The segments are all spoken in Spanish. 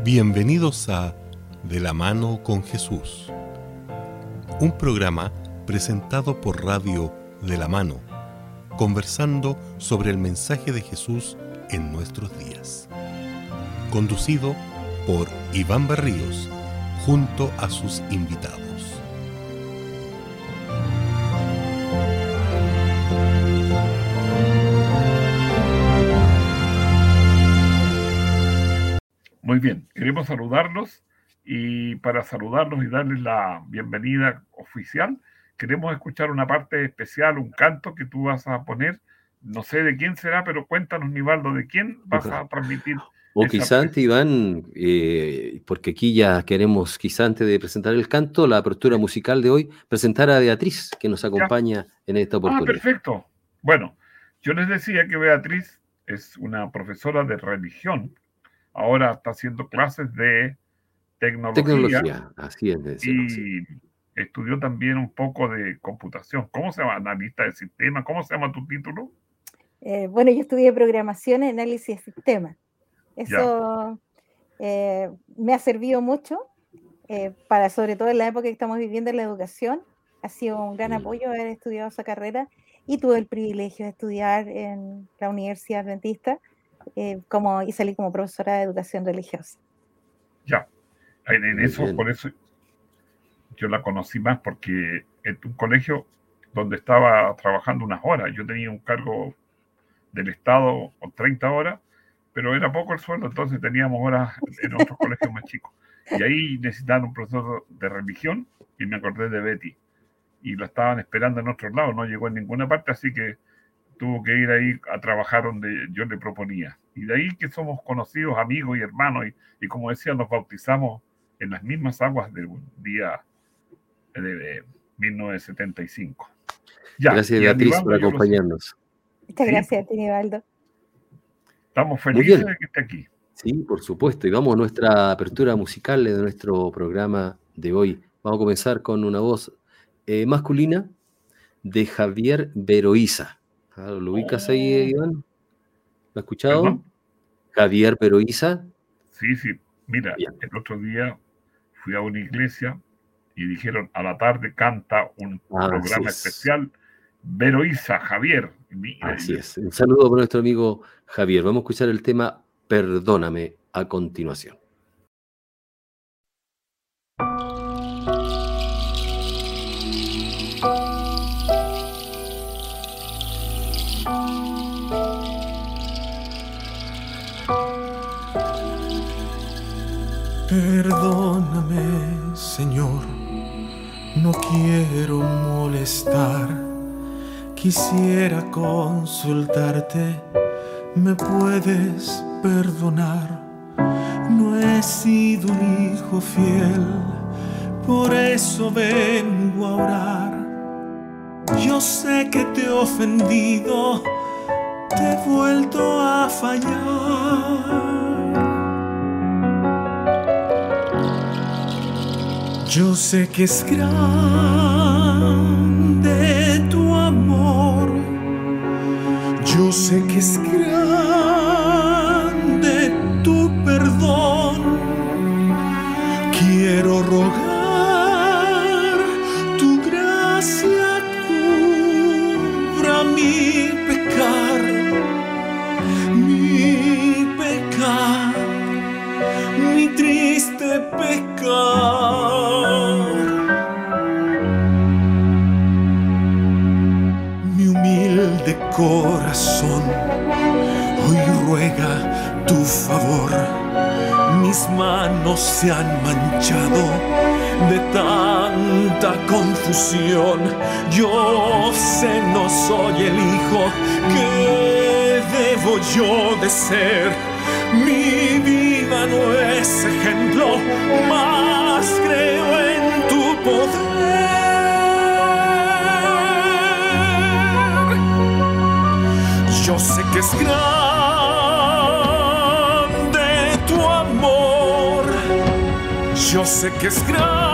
Bienvenidos a De la mano con Jesús, un programa presentado por Radio De la Mano, conversando sobre el mensaje de Jesús en nuestros días. Conducido por Iván Berríos, junto a sus invitados. Muy bien, queremos saludarlos y para saludarlos y darles la bienvenida oficial, queremos escuchar una parte especial, un canto que tú vas a poner. No sé de quién será, pero cuéntanos, Nivaldo, de quién vas a transmitir. O quizá antes, Iván, porque aquí ya queremos, quizá antes de presentar el canto, la apertura musical de hoy, presentar a Beatriz, que nos acompaña en esta oportunidad. Perfecto. Bueno, yo les decía que Beatriz es una profesora de religión. Ahora está haciendo clases de tecnología. Así es. Y estudió también un poco de computación. ¿Cómo se llama? Analista de sistemas. ¿Cómo se llama tu título? Bueno, yo estudié programación y análisis de sistemas. Eso me ha servido mucho, para sobre todo en la época que estamos viviendo en la educación. Ha sido un gran apoyo haber estudiado esa carrera y tuve el privilegio de estudiar en la Universidad Adventista. Y salí como profesora de educación religiosa. Ya, en eso, por eso yo la conocí más, porque en un colegio donde estaba trabajando unas horas, yo tenía un cargo del Estado con 30 horas, pero era poco el sueldo, entonces teníamos horas en otros colegios más chicos. Y ahí necesitaban un profesor de religión y me acordé de Betty. Y la estaban esperando en otro lado, no llegó en ninguna parte, así que tuvo que ir ahí a trabajar donde yo le proponía. Y de ahí que somos conocidos, amigos y hermanos. Y como decía, nos bautizamos en las mismas aguas de un día de 1975. Ya, gracias, Beatriz, por acompañarnos. Muchas gracias a ti, Nivaldo. Estamos felices de que esté aquí. Sí, por supuesto. Y vamos a nuestra apertura musical de nuestro programa de hoy. Vamos a comenzar con una voz masculina de Javier Beroiza. ¿Lo ubicas ahí, Iván? ¿Lo has escuchado? ¿Perdón? Javier Beroiza. Sí. Mira, el otro día fui a una iglesia y dijeron, a la tarde canta un programa especial, Beroiza, Javier. Mira, así es. Un saludo para nuestro amigo Javier. Vamos a escuchar el tema Perdóname a continuación. Perdóname, Señor, no quiero molestar. Quisiera consultarte, ¿me puedes perdonar? No he sido un hijo fiel, por eso vengo a orar. Yo sé que te he ofendido, te he vuelto a fallar. Yo sé que es grande tu amor, yo sé que es grande tu perdón. Quiero rogar tu gracia cubra mi pecar, mi triste pecar. De corazón, hoy ruega tu favor. Mis manos se han manchado de tanta confusión. Yo sé, no soy el hijo que debo yo de ser. Mi vida no es ejemplo, mas creo en tu poder. Yo sé que es grande tu amor, yo sé que es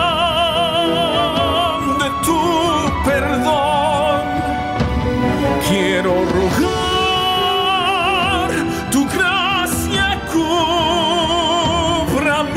grande tu perdón. Quiero rogar tu gracia cubra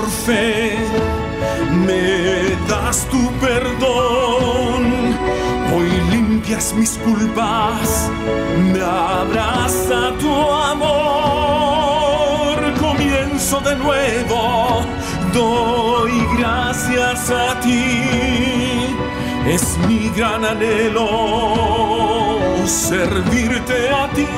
fe me das tu perdón. Hoy limpias mis culpas, me abraza tu amor. Comienzo de nuevo, doy gracias a ti. Es mi gran anhelo servirte a ti,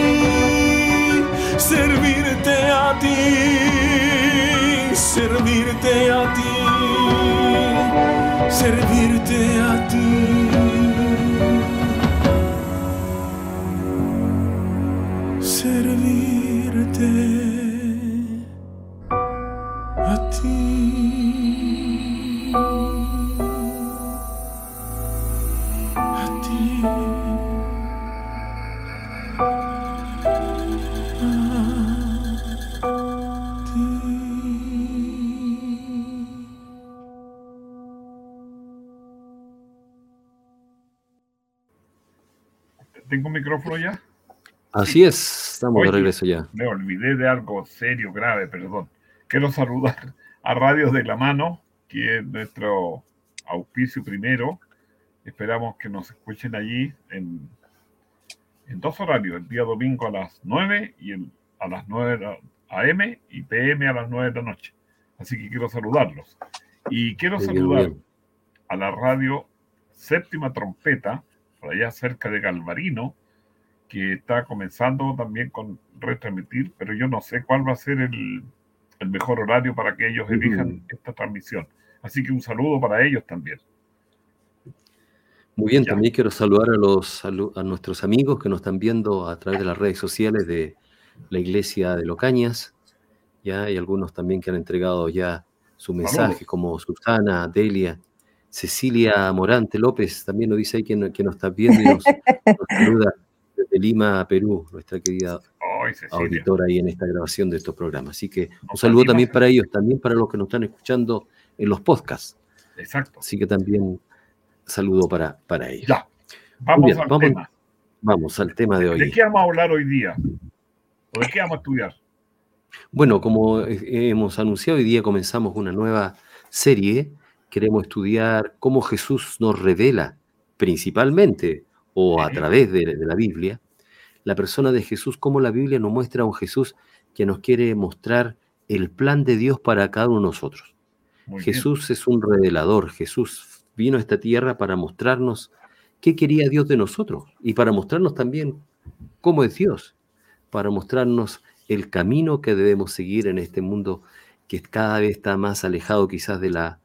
servirte a ti, servirte a ti, servirte a ti. Servirte a ti, a ti, a ti. ¿Tengo micrófono ya? Así es, estamos Oye, de regreso ya. Me olvidé de algo serio, grave, perdón. Quiero saludar a Radio de la Mano, que es nuestro auspicio primero. Esperamos que nos escuchen allí en dos horarios, el día domingo a las 9 y a las 9 AM y PM a las 9 de la noche. Así que quiero saludarlos. Y quiero Muy saludar bien. a la radio Séptima Trompeta, por allá cerca de Galvarino, que está comenzando también con retransmitir, pero yo no sé cuál va a ser el mejor horario para que ellos elijan esta transmisión. Así que un saludo para ellos también. Muy bien, Ya. también quiero saludar a nuestros amigos que nos están viendo a través de las redes sociales de la Iglesia de Locañas. Ya hay algunos también que han entregado ya su mensaje, Saludos. como Susana, Delia, Cecilia Morante López, también nos dice ahí que nos está viendo y nos saluda desde Lima, Perú, nuestra querida Ay, Cecilia. auditora ahí en esta grabación de estos programas. Así que un Nos saludo anima, también sí. para ellos, también para los que nos están escuchando en los podcasts. Exacto. Así que también saludo para ellos. Ya. Muy Vamos bien, al vamos, tema. vamos al tema de ¿De hoy. qué vamos a hablar hoy día? ¿O de qué vamos a estudiar? Bueno, como hemos anunciado, hoy día comenzamos una nueva serie. Queremos estudiar cómo Jesús nos revela, principalmente o a Sí. través de la Biblia, la persona de Jesús, cómo la Biblia nos muestra a un Jesús que nos quiere mostrar el plan de Dios para cada uno de nosotros. Muy Jesús es un revelador. Jesús vino a esta tierra para mostrarnos qué quería Dios de nosotros y para mostrarnos también cómo es Dios, para mostrarnos el camino que debemos seguir en este mundo que cada vez está más alejado quizás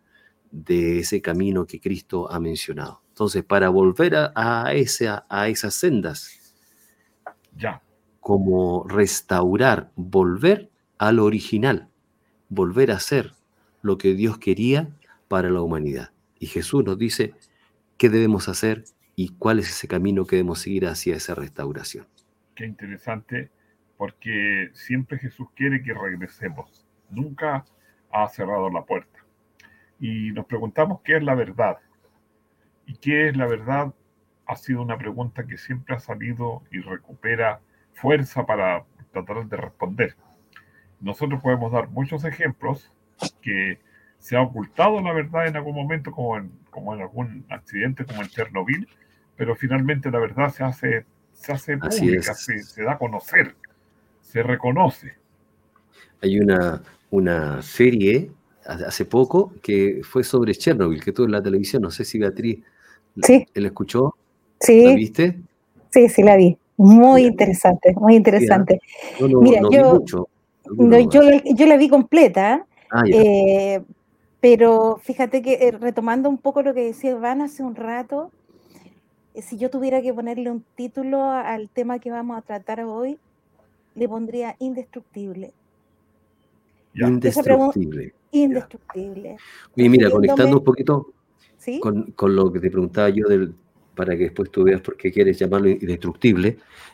de ese camino que Cristo ha mencionado. Entonces, para volver a esas sendas, bien. Ya. como restaurar, volver al original, volver a hacer lo que Dios quería para la humanidad. Y Jesús nos dice qué debemos hacer y cuál es ese camino que debemos seguir hacia esa restauración. Qué interesante, porque siempre Jesús quiere que regresemos. Nunca ha cerrado la puerta. Y nos preguntamos qué es la verdad. ¿Y qué es la verdad? Ha sido una pregunta que siempre ha salido y recupera fuerza para tratar de responder. Nosotros podemos dar muchos ejemplos que se ha ocultado la verdad en algún momento, como en algún accidente, como en Chernobyl, pero finalmente la verdad se hace Así pública, es. se da a conocer, se reconoce. Hay una serie hace poco que fue sobre Chernobyl, que estuvo en la televisión. No sé si Beatriz Sí. ¿la escuchó? ¿La Sí, viste? sí, la vi. Muy Ya. interesante, muy interesante. Yo no, Mira, no vi mucho. yo la vi completa, Ya. pero fíjate que retomando un poco lo que decía Iván hace un rato, si yo tuviera que ponerle un título al tema que vamos a tratar hoy, le pondría indestructible. Ya. Indestructible. Indestructible. Y mira, Refiriéndome- conectando un poquito ¿Sí? con lo que te preguntaba yo para que después tú veas por qué quieres llamarlo indestructible,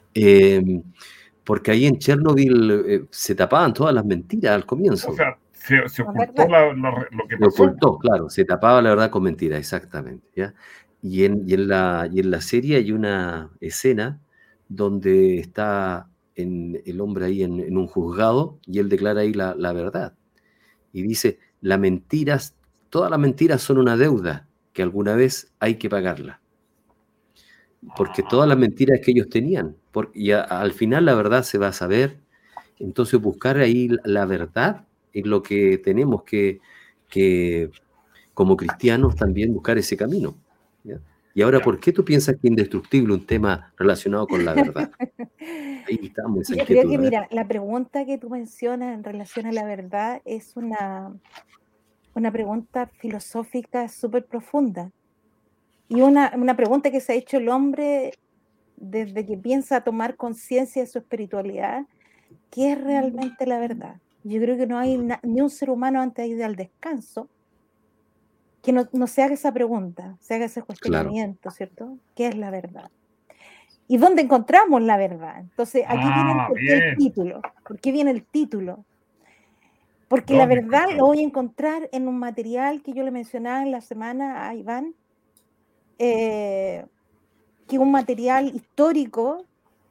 porque ahí en Chernobyl se tapaban todas las mentiras al comienzo. O sea, se ocultó lo que Se pasó. ocultó, claro, se tapaba la verdad con mentiras, exactamente. ¿Ya? Y en la serie hay una escena donde está el hombre ahí en un juzgado y él declara ahí la verdad. y dice, todas las mentiras son una deuda que alguna vez hay que pagarla. Porque todas las mentiras que ellos tenían, y al final la verdad se va a saber. Entonces buscar ahí la verdad es lo que tenemos que como cristianos también buscar ese camino, ¿ya? Y ahora, ¿por qué tú piensas que Indestructible un tema relacionado con la verdad? Ahí estamos, esa Yo inquietud. creo que, mira, la pregunta que tú mencionas en relación a la verdad es una pregunta filosófica súper profunda. Y una pregunta que se ha hecho el hombre desde que piensa tomar conciencia de su espiritualidad. ¿Qué es realmente la verdad? Yo creo que no hay ni un ser humano antes de ir al descanso que no se haga esa pregunta, se haga ese cuestionamiento, claro. ¿Cierto? ¿Qué es la verdad? ¿Y dónde encontramos la verdad? Entonces, aquí viene el título. ¿Por qué viene el título? Porque la verdad lo voy a encontrar en un material que yo le mencionaba en la semana a Iván, que es un material histórico,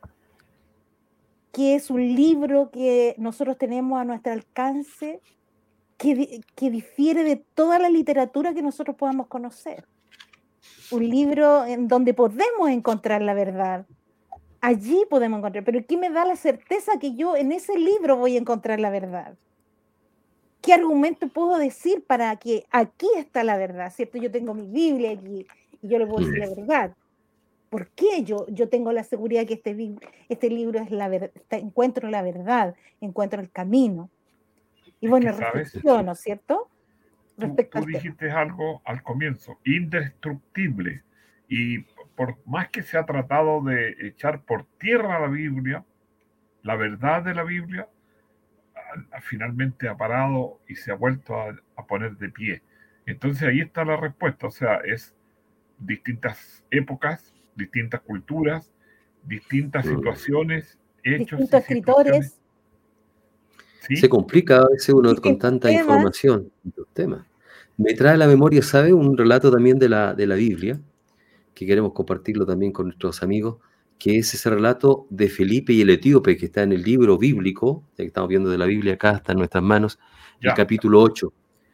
que es un libro que nosotros tenemos a nuestro alcance, que difiere de toda la literatura que nosotros podamos conocer. Un libro en donde podemos encontrar la verdad. Allí podemos encontrar. Pero ¿qué me da la certeza que yo en ese libro voy a encontrar la verdad? ¿Qué argumento puedo decir para que aquí está la verdad? ¿Cierto? Yo tengo mi Biblia aquí y yo le puedo decir la verdad. ¿Por qué yo tengo la seguridad que este libro es la verdad? Encuentro la verdad, encuentro el camino. Y bueno, reflexiono, ¿cierto? Tú dijiste algo al comienzo, indestructible. Y por más que se ha tratado de echar por tierra la Biblia, la verdad de la Biblia, finalmente ha parado y se ha vuelto a poner de pie. Entonces ahí está la respuesta. O sea, es distintas épocas, distintas culturas, distintas situaciones, hechos, distintos escritores. ¿Sí? Se complica a veces uno con tanta información, temas. Me trae a la memoria, ¿sabe? Un relato también de la Biblia, que queremos compartirlo también con nuestros amigos, que es ese relato de Felipe y el etíope, que está en el libro bíblico, ya que estamos viendo de la Biblia acá, está en nuestras manos, el capítulo 8.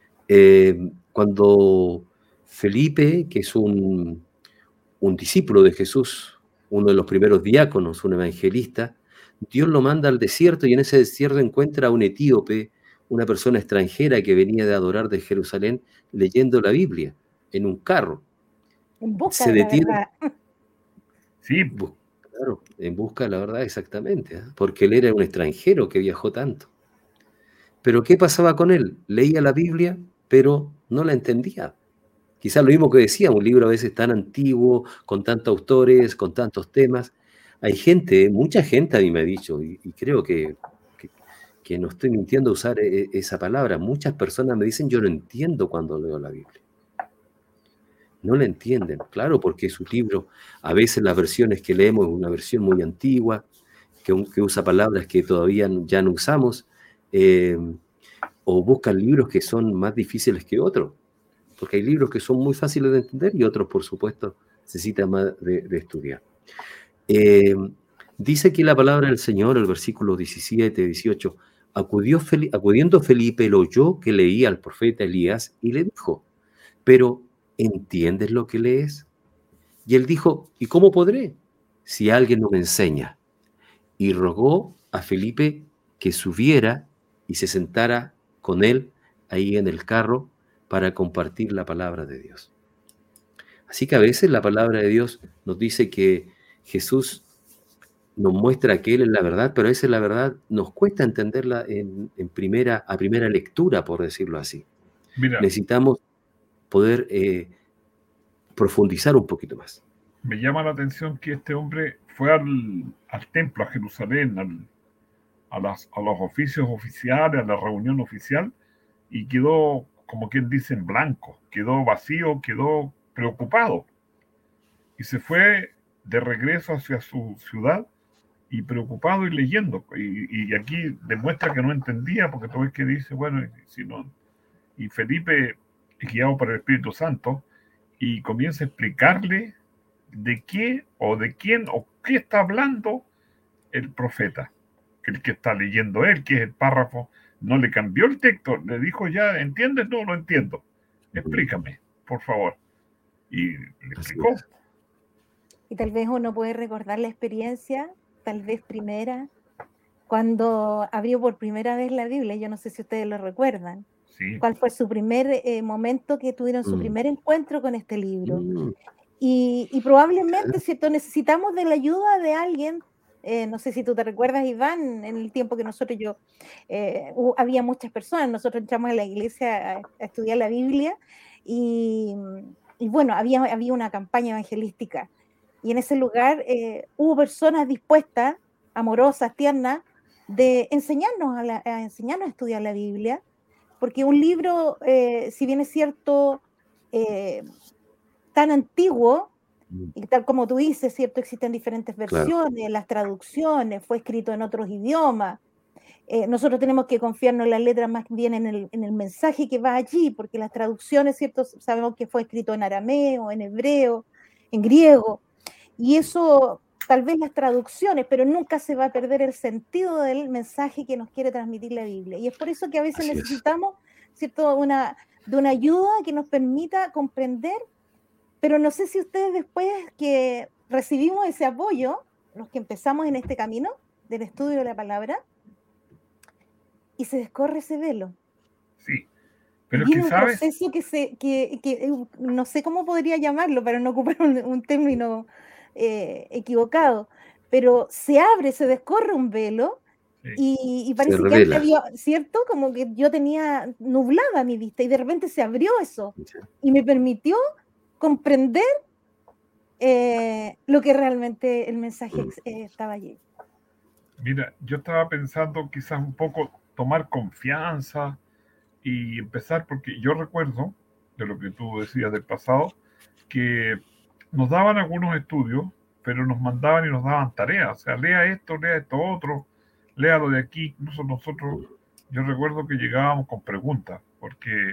Cuando Felipe, que es un discípulo de Jesús, uno de los primeros diáconos, un evangelista, Dios lo manda al desierto y en ese desierto encuentra a un etíope, una persona extranjera que venía de adorar de Jerusalén, leyendo la Biblia en un carro. En busca de la verdad. Sí. Claro, en busca de la verdad, exactamente, ¿eh? Porque él era un extranjero que viajó tanto. Pero ¿qué pasaba con él? Leía la Biblia, pero no la entendía. Quizás lo mismo que decía, un libro a veces tan antiguo, con tantos autores, con tantos temas. Hay gente, mucha gente a mí me ha dicho, y creo que no estoy mintiendo usar esa palabra, muchas personas me dicen, yo no entiendo cuando leo la Biblia. No la entienden, claro, porque su libro, a veces las versiones que leemos es una versión muy antigua, que usa palabras que todavía ya no usamos, o buscan libros que son más difíciles que otros, porque hay libros que son muy fáciles de entender y otros, por supuesto, necesitan más de estudiar. Dice aquí la palabra del Señor, el versículo 17, 18, acudiendo Felipe, lo oyó que leía al profeta Elías y le dijo, pero ¿entiendes lo que lees? Y él dijo, ¿y cómo podré si alguien no me enseña? Y rogó a Felipe que subiera y se sentara con él ahí en el carro para compartir la palabra de Dios. Así que a veces la palabra de Dios nos dice que Jesús nos muestra que Él es la verdad, pero a veces la verdad nos cuesta entenderla a primera lectura, por decirlo así. Mira, necesitamos poder profundizar un poquito más. Me llama la atención que este hombre fue al templo, a Jerusalén, a los oficios oficiales, a la reunión oficial, y quedó, como quien dice, en blanco, quedó vacío, quedó preocupado. Y se fue de regreso hacia su ciudad y preocupado y leyendo. Y aquí demuestra que no entendía, porque tú ves que dice, bueno, si no. Y Felipe, guiado por el Espíritu Santo, y comienza a explicarle de qué o de quién o qué está hablando el profeta, el que está leyendo él, que es el párrafo no le cambió el texto, le dijo ya, ¿entiendes? No, no entiendo. Explícame, por favor. Y le explicó. Y tal vez uno puede recordar la experiencia, tal vez primera, cuando abrió por primera vez la Biblia. Yo no sé si ustedes lo recuerdan. Sí. ¿Cuál fue su primer momento que tuvieron su primer encuentro con este libro? Y probablemente, ¿cierto? Necesitamos de la ayuda de alguien. No sé si tú te recuerdas, Iván, en el tiempo que había muchas personas, nosotros entramos a la iglesia a estudiar la Biblia y bueno, había una campaña evangelística y en ese lugar hubo personas dispuestas, amorosas, tiernas, de enseñarnos a estudiar la Biblia, porque un libro, si bien es cierto, tan antiguo, y tal como tú dices, ¿cierto? Existen diferentes versiones, claro, las traducciones, fue escrito en otros idiomas. Nosotros tenemos que confiarnos en las letras más bien en el mensaje que va allí, porque las traducciones, ¿cierto? Sabemos que fue escrito en arameo, en hebreo, en griego, y eso, tal vez las traducciones, pero nunca se va a perder el sentido del mensaje que nos quiere transmitir la Biblia. Y es por eso que a veces necesitamos, ¿cierto? de una ayuda que nos permita comprender. Pero no sé si ustedes, después que recibimos ese apoyo, los que empezamos en este camino del estudio de la palabra, y se descorre ese velo. Sí, pero viene un proceso que no sé cómo podría llamarlo para no ocupar un término equivocado, pero se descorre un velo, sí, y parece que antes había, ¿cierto? Como que yo tenía nublada mi vista y de repente se abrió eso, sí, y me permitió comprender lo que realmente el mensaje estaba allí. Mira, yo estaba pensando quizás un poco tomar confianza y empezar, porque yo recuerdo, de lo que tú decías del pasado, que nos daban algunos estudios, pero nos mandaban y nos daban tareas, o sea, lea esto otro, lea lo de aquí. Incluso nosotros, yo recuerdo que llegábamos con preguntas, porque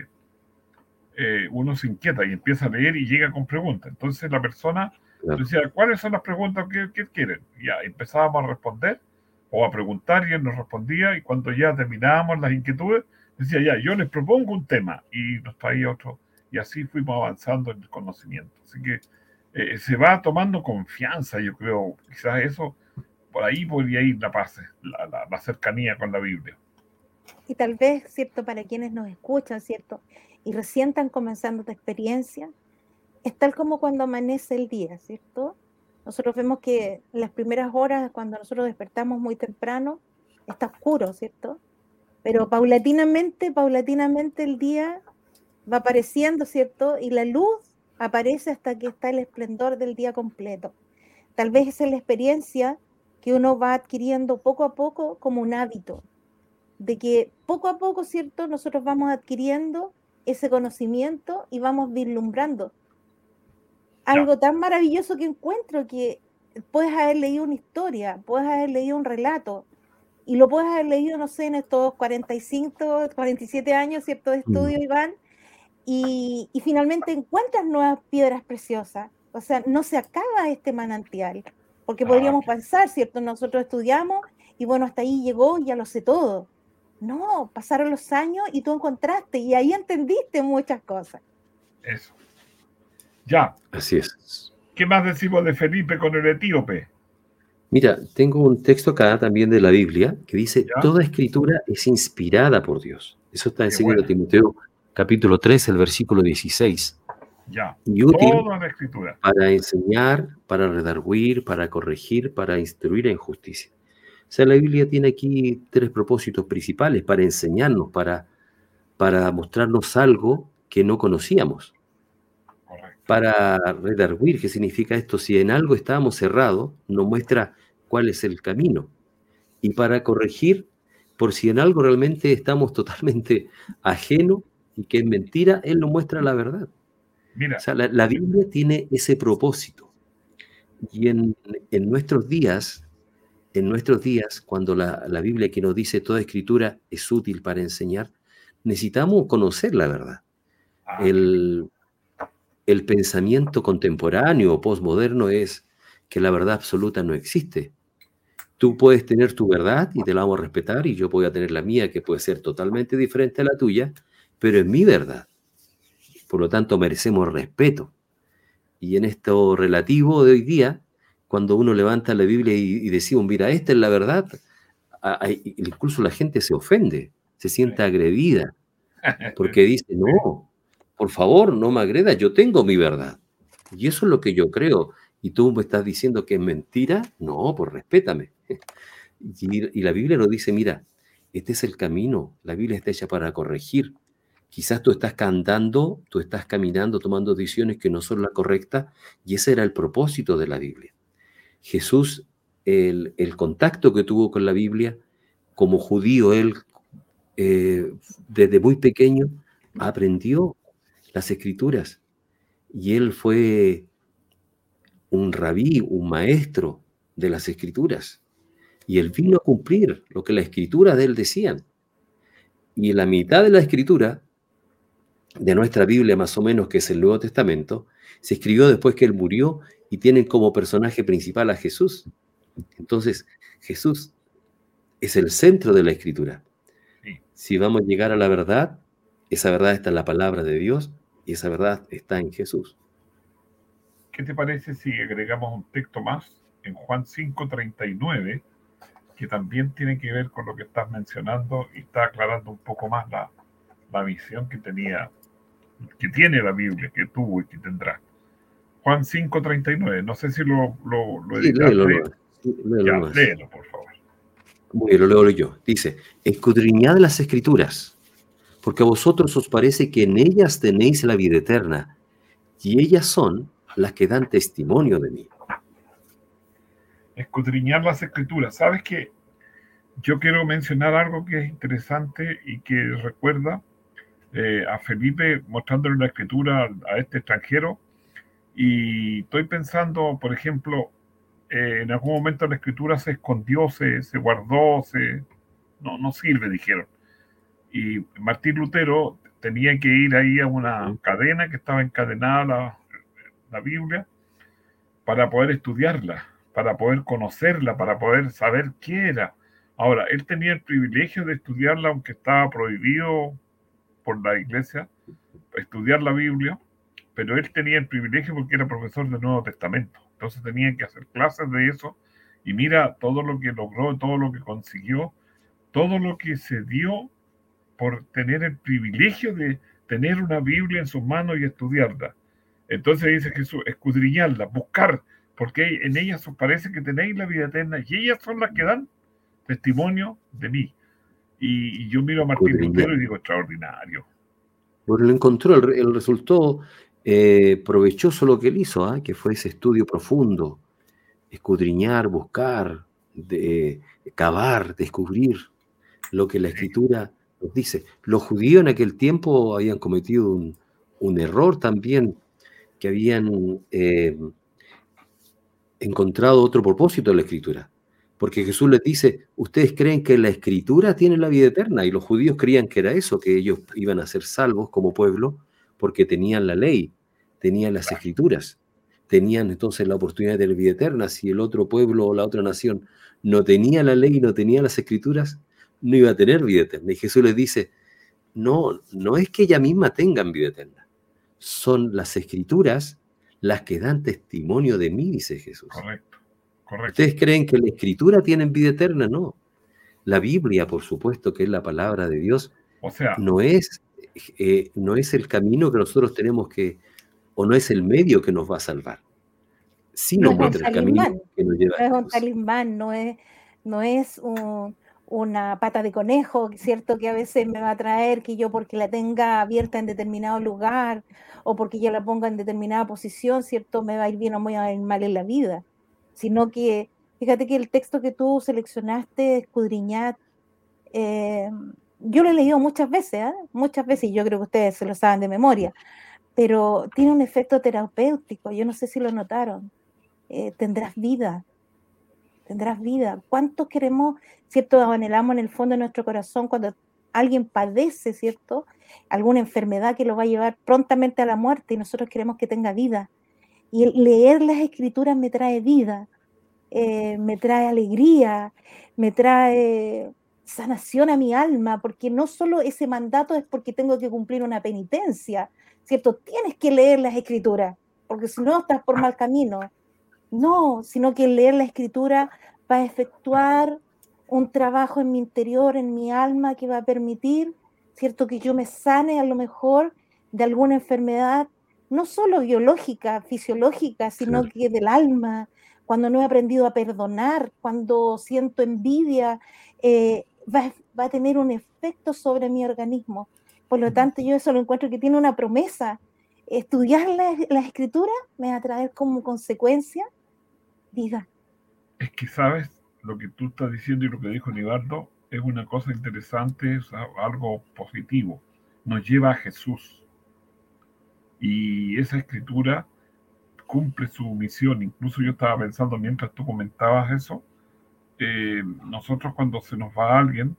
uno se inquieta y empieza a leer y llega con preguntas. Entonces la persona decía, ¿cuáles son las preguntas que quieren? Y ya empezábamos a responder o a preguntar y él nos respondía, y cuando ya terminábamos las inquietudes, decía, ya, yo les propongo un tema y nos traía otro, y así fuimos avanzando en el conocimiento. Así que se va tomando confianza, yo creo, quizás eso, por ahí podría ir la paz, la cercanía con la Biblia. Y tal vez, ¿cierto? Para quienes nos escuchan, ¿cierto? Y recién están comenzando tu experiencia, es tal como cuando amanece el día, ¿cierto? Nosotros vemos que en las primeras horas, cuando nosotros despertamos muy temprano, está oscuro, ¿cierto? Pero paulatinamente el día va apareciendo, ¿cierto? Y la luz aparece hasta que está el esplendor del día completo. Tal vez esa es la experiencia que uno va adquiriendo poco a poco como un hábito, de que poco a poco, ¿cierto? Nosotros vamos adquiriendo ese conocimiento y vamos vislumbrando algo tan maravilloso que encuentro, que puedes haber leído una historia, puedes haber leído un relato, y lo puedes haber leído, no sé, en estos 45, 47 años, ¿cierto?, de estudio, Iván, y finalmente encuentras nuevas piedras preciosas. O sea, no se acaba este manantial, porque podríamos pensar, ¿cierto? Nosotros estudiamos y bueno, hasta ahí llegó y ya lo sé todo. No, pasaron los años y tú encontraste y ahí entendiste muchas cosas. Eso. Ya. Así es. ¿Qué más decimos de Felipe con el etíope? Mira, tengo un texto acá también de la Biblia que dice, toda escritura es inspirada por Dios. Eso está en 2 Timoteo, capítulo 3, el versículo 16. Ya, y útil toda la escritura. Para enseñar, para redarguir, para corregir, para instruir en justicia. O sea, la Biblia tiene aquí 3 propósitos principales: para enseñarnos, para mostrarnos algo que no conocíamos. Correcto. Para redarguir, ¿qué significa esto? Si en algo estábamos errados, nos muestra cuál es el camino. Y para corregir, por si en algo realmente estamos totalmente ajenos y que es mentira, Él nos muestra la verdad. Mira. O sea, la Biblia tiene ese propósito. Y en nuestros días, cuando la Biblia que nos dice toda escritura es útil para enseñar, necesitamos conocer la verdad. El pensamiento contemporáneo o postmoderno es que la verdad absoluta no existe. Tú puedes tener tu verdad y te la vamos a respetar, y yo voy a tener la mía, que puede ser totalmente diferente a la tuya, pero es mi verdad. Por lo tanto, merecemos respeto. Y en esto relativo de hoy día, cuando uno levanta la Biblia y decimos, mira, esta es la verdad, incluso la gente se ofende, se siente agredida, porque dice, no, por favor, no me agredas, yo tengo mi verdad. Y eso es lo que yo creo. ¿Y tú me estás diciendo que es mentira? No, pues respétame. Y la Biblia nos dice, mira, este es el camino, la Biblia está hecha para corregir. Quizás tú estás cantando, tú estás caminando, tomando decisiones que no son las correctas, y ese era el propósito de la Biblia. Jesús, el contacto que tuvo con la Biblia, como judío, él desde muy pequeño aprendió las Escrituras, y él fue un rabí, un maestro de las Escrituras, y él vino a cumplir lo que las Escrituras de él decían. Y la mitad de la Escritura de nuestra Biblia, más o menos, que es el Nuevo Testamento, se escribió después que él murió, y tienen como personaje principal a Jesús. Entonces, Jesús es el centro de la Escritura. Sí. Si vamos a llegar a la verdad, esa verdad está en la palabra de Dios, y esa verdad está en Jesús. ¿Qué te parece si agregamos un texto más en Juan 5:39, que también tiene que ver con lo que estás mencionando y está aclarando un poco más la visión que tiene la Biblia, que tuvo y que tendrá? Juan 5:39, no sé si lo Sí, editaste. léelo, Léelo, por favor. Muy bien, lo leo yo. Dice, escudriñad las Escrituras, porque a vosotros os parece que en ellas tenéis la vida eterna, y ellas son las que dan testimonio de mí. Escudriñar las Escrituras. ¿Sabes qué? Yo quiero mencionar algo que es interesante y que recuerda a Felipe mostrándole la Escritura a este extranjero, y estoy pensando, por ejemplo, en algún momento la Escritura se escondió, se guardó, no sirve, dijeron. Y Martín Lutero tenía que ir ahí a una cadena que estaba encadenada la Biblia, para poder estudiarla, para poder conocerla, para poder saber qué era. Ahora, él tenía el privilegio de estudiarla, aunque estaba prohibido por la iglesia estudiar la Biblia, pero él tenía el privilegio porque era profesor del Nuevo Testamento. Entonces tenía que hacer clases de eso, y mira todo lo que logró, todo lo que consiguió, todo lo que se dio por tener el privilegio de tener una Biblia en sus manos y estudiarla. Entonces dice Jesús, escudriñarla, buscar, porque en ellas os parece que tenéis la vida eterna, y ellas son las que dan testimonio de mí. Y yo miro a Martín Lutero y digo, extraordinario. Bueno, lo encontró, él resultó provechoso lo que él hizo, que fue ese estudio profundo, escudriñar, buscar, cavar, descubrir lo que la Escritura nos dice. Los judíos en aquel tiempo habían cometido un error también, que habían encontrado otro propósito en la Escritura. Porque Jesús les dice, ustedes creen que la Escritura tiene la vida eterna, y los judíos creían que era eso, que ellos iban a ser salvos como pueblo porque tenían la ley, tenían las Escrituras, tenían entonces la oportunidad de la vida eterna. Si el otro pueblo o la otra nación no tenía la ley y no tenía las Escrituras, no iba a tener vida eterna. Y Jesús les dice, no es que ella misma tengan vida eterna, son las Escrituras las que dan testimonio de mí, dice Jesús. Correcto. ¿Ustedes creen que la Escritura tiene vida eterna? No. La Biblia, por supuesto, que es la palabra de Dios, o sea, no es el camino que nosotros tenemos que, o no es el medio que nos va a salvar. Sí nos muestra el camino que nos lleva a Jesús. No es un talismán, no es una pata de conejo, ¿cierto? Que a veces me va a traer que yo, porque la tenga abierta en determinado lugar, o porque yo la ponga en determinada posición, ¿cierto? Me va a ir bien o me va a ir mal en la vida. Sino que, fíjate que el texto que tú seleccionaste, escudriñad, yo lo he leído muchas veces, y yo creo que ustedes se lo saben de memoria, pero tiene un efecto terapéutico. Yo no sé si lo notaron. Tendrás vida. ¿Cuántos queremos, cierto, anhelamos en el fondo de nuestro corazón cuando alguien padece, cierto, alguna enfermedad que lo va a llevar prontamente a la muerte, y nosotros queremos que tenga vida? Y el leer las Escrituras me trae vida, me trae alegría, me trae sanación a mi alma, porque no solo ese mandato es porque tengo que cumplir una penitencia, ¿cierto? Tienes que leer las escrituras, porque si no estás por mal camino. No, sino que leer la escritura va a efectuar un trabajo en mi interior, en mi alma, que va a permitir, ¿cierto?, que yo me sane a lo mejor de alguna enfermedad, no solo biológica, fisiológica, sino Claro. que del alma, cuando no he aprendido a perdonar, cuando siento envidia, va a tener un efecto sobre mi organismo. Por lo tanto, yo eso lo encuentro que tiene una promesa. Estudiar la escritura me va a traer como consecuencia vida. Es que sabes, lo que tú estás diciendo y lo que dijo Nivaldo es una cosa interesante, es algo positivo. Nos lleva a Jesús. Y esa escritura cumple su misión. Incluso yo estaba pensando mientras tú comentabas eso, nosotros cuando se nos va alguien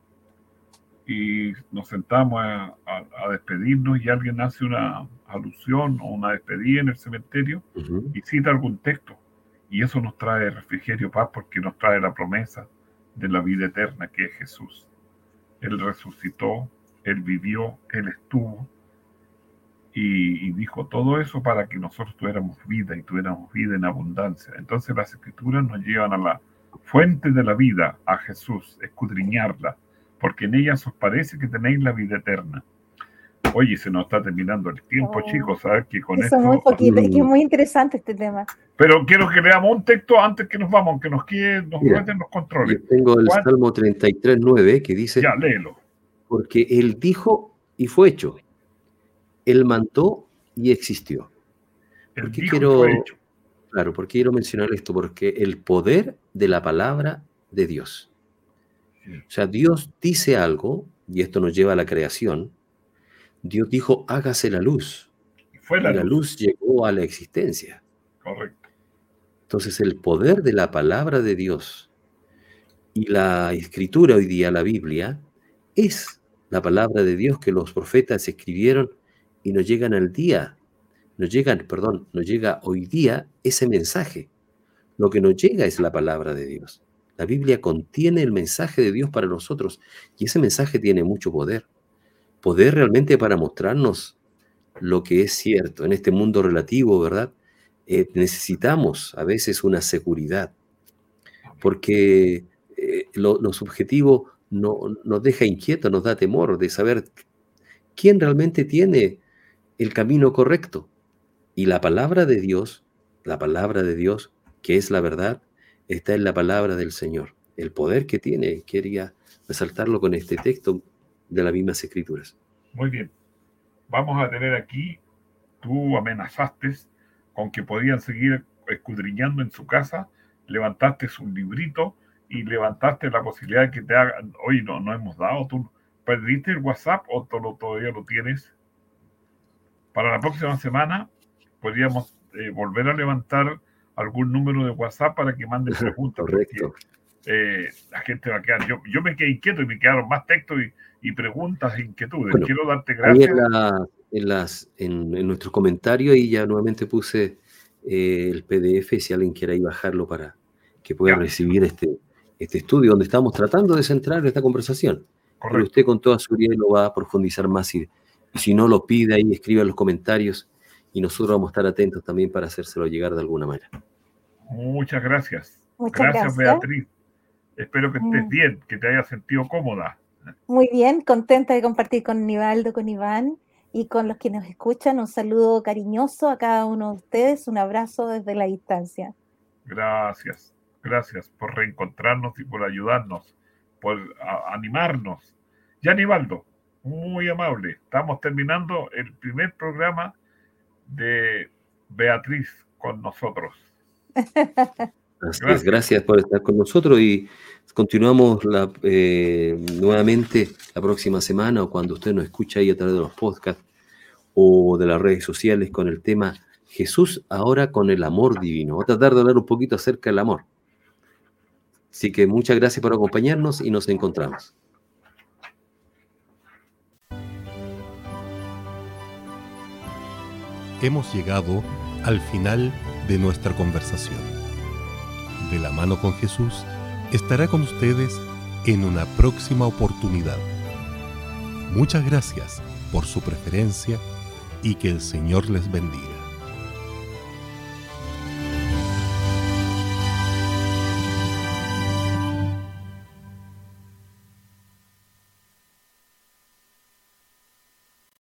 y nos sentamos a despedirnos y alguien hace una alusión o una despedida en el cementerio y cita algún texto, y eso nos trae refrigerio, paz, porque nos trae la promesa de la vida eterna, que es Jesús. Él resucitó, Él vivió, Él estuvo y dijo todo eso para que nosotros tuviéramos vida y tuviéramos vida en abundancia. Entonces las escrituras nos llevan a la fuente de la vida, a Jesús, escudriñarla, porque en ellas os parece que tenéis la vida eterna. Oye, se nos está terminando el tiempo, chicos, ¿sabes? Que con eso esto... muy poquito, es que es muy interesante este tema. Pero quiero que leamos un texto antes que nos vamos, aunque nos meten los controles. Yo tengo el Salmo 33:9 que dice: ya, léelo. Porque Él dijo y fue hecho. Él mandó y existió. ¿Por qué quiero, claro, ¿por qué quiero mencionar esto? Porque el poder de la palabra de Dios. O sea, Dios dice algo, y esto nos lleva a la creación. Dios dijo, hágase la luz. Y la luz llegó a la existencia. Correcto. Entonces, el poder de la palabra de Dios y la escritura hoy día, la Biblia, es la palabra de Dios que los profetas escribieron y nos llega hoy día ese mensaje. Lo que nos llega es la palabra de Dios. La Biblia contiene el mensaje de Dios para nosotros y ese mensaje tiene mucho poder. Poder realmente para mostrarnos lo que es cierto. En este mundo relativo, ¿verdad? Necesitamos a veces una seguridad, porque lo subjetivo nos deja inquietos, nos da temor de saber quién realmente tiene el camino correcto. Y la palabra de Dios, que es la verdad, está en la palabra del Señor. El poder que tiene, quería resaltarlo con este texto de las mismas Escrituras. Muy bien. Vamos a tener aquí, tú amenazaste con que podían seguir escudriñando en su casa, levantaste un librito y levantaste la posibilidad de que te hagan. Hoy no hemos dado, ¿tú perdiste el WhatsApp o todavía lo tienes? Para la próxima semana podríamos volver a levantar algún número de WhatsApp para que manden preguntas. Correcto. Porque, la gente va a quedar. Yo me quedé inquieto y me quedaron más textos y preguntas e inquietudes. Bueno, quiero darte gracias. En nuestros comentarios, y ya nuevamente puse el PDF, si alguien quiere ahí bajarlo para que pueda recibir este estudio donde estamos tratando de centrar esta conversación. Correcto. Pero usted con toda seguridad lo va a profundizar más y si no lo pide ahí, escriba en los comentarios y nosotros vamos a estar atentos también para hacérselo llegar de alguna manera. Muchas gracias. Muchas gracias, Beatriz. Espero que estés bien, que te hayas sentido cómoda. Muy bien, contenta de compartir con Nivaldo, con Iván y con los que nos escuchan. Un saludo cariñoso a cada uno de ustedes, un abrazo desde la distancia. Gracias por reencontrarnos y por ayudarnos, por animarnos. Ya, Nivaldo, muy amable. Estamos terminando el primer programa de Beatriz con nosotros. Gracias por estar con nosotros y continuamos nuevamente la próxima semana o cuando usted nos escucha ahí a través de los podcasts o de las redes sociales con el tema Jesús ahora con el amor divino. Voy a tratar de hablar un poquito acerca del amor. Así que muchas gracias por acompañarnos y nos encontramos. Hemos llegado al final de nuestra conversación. De la mano con Jesús estará con ustedes en una próxima oportunidad. Muchas gracias por su preferencia y que el Señor les bendiga.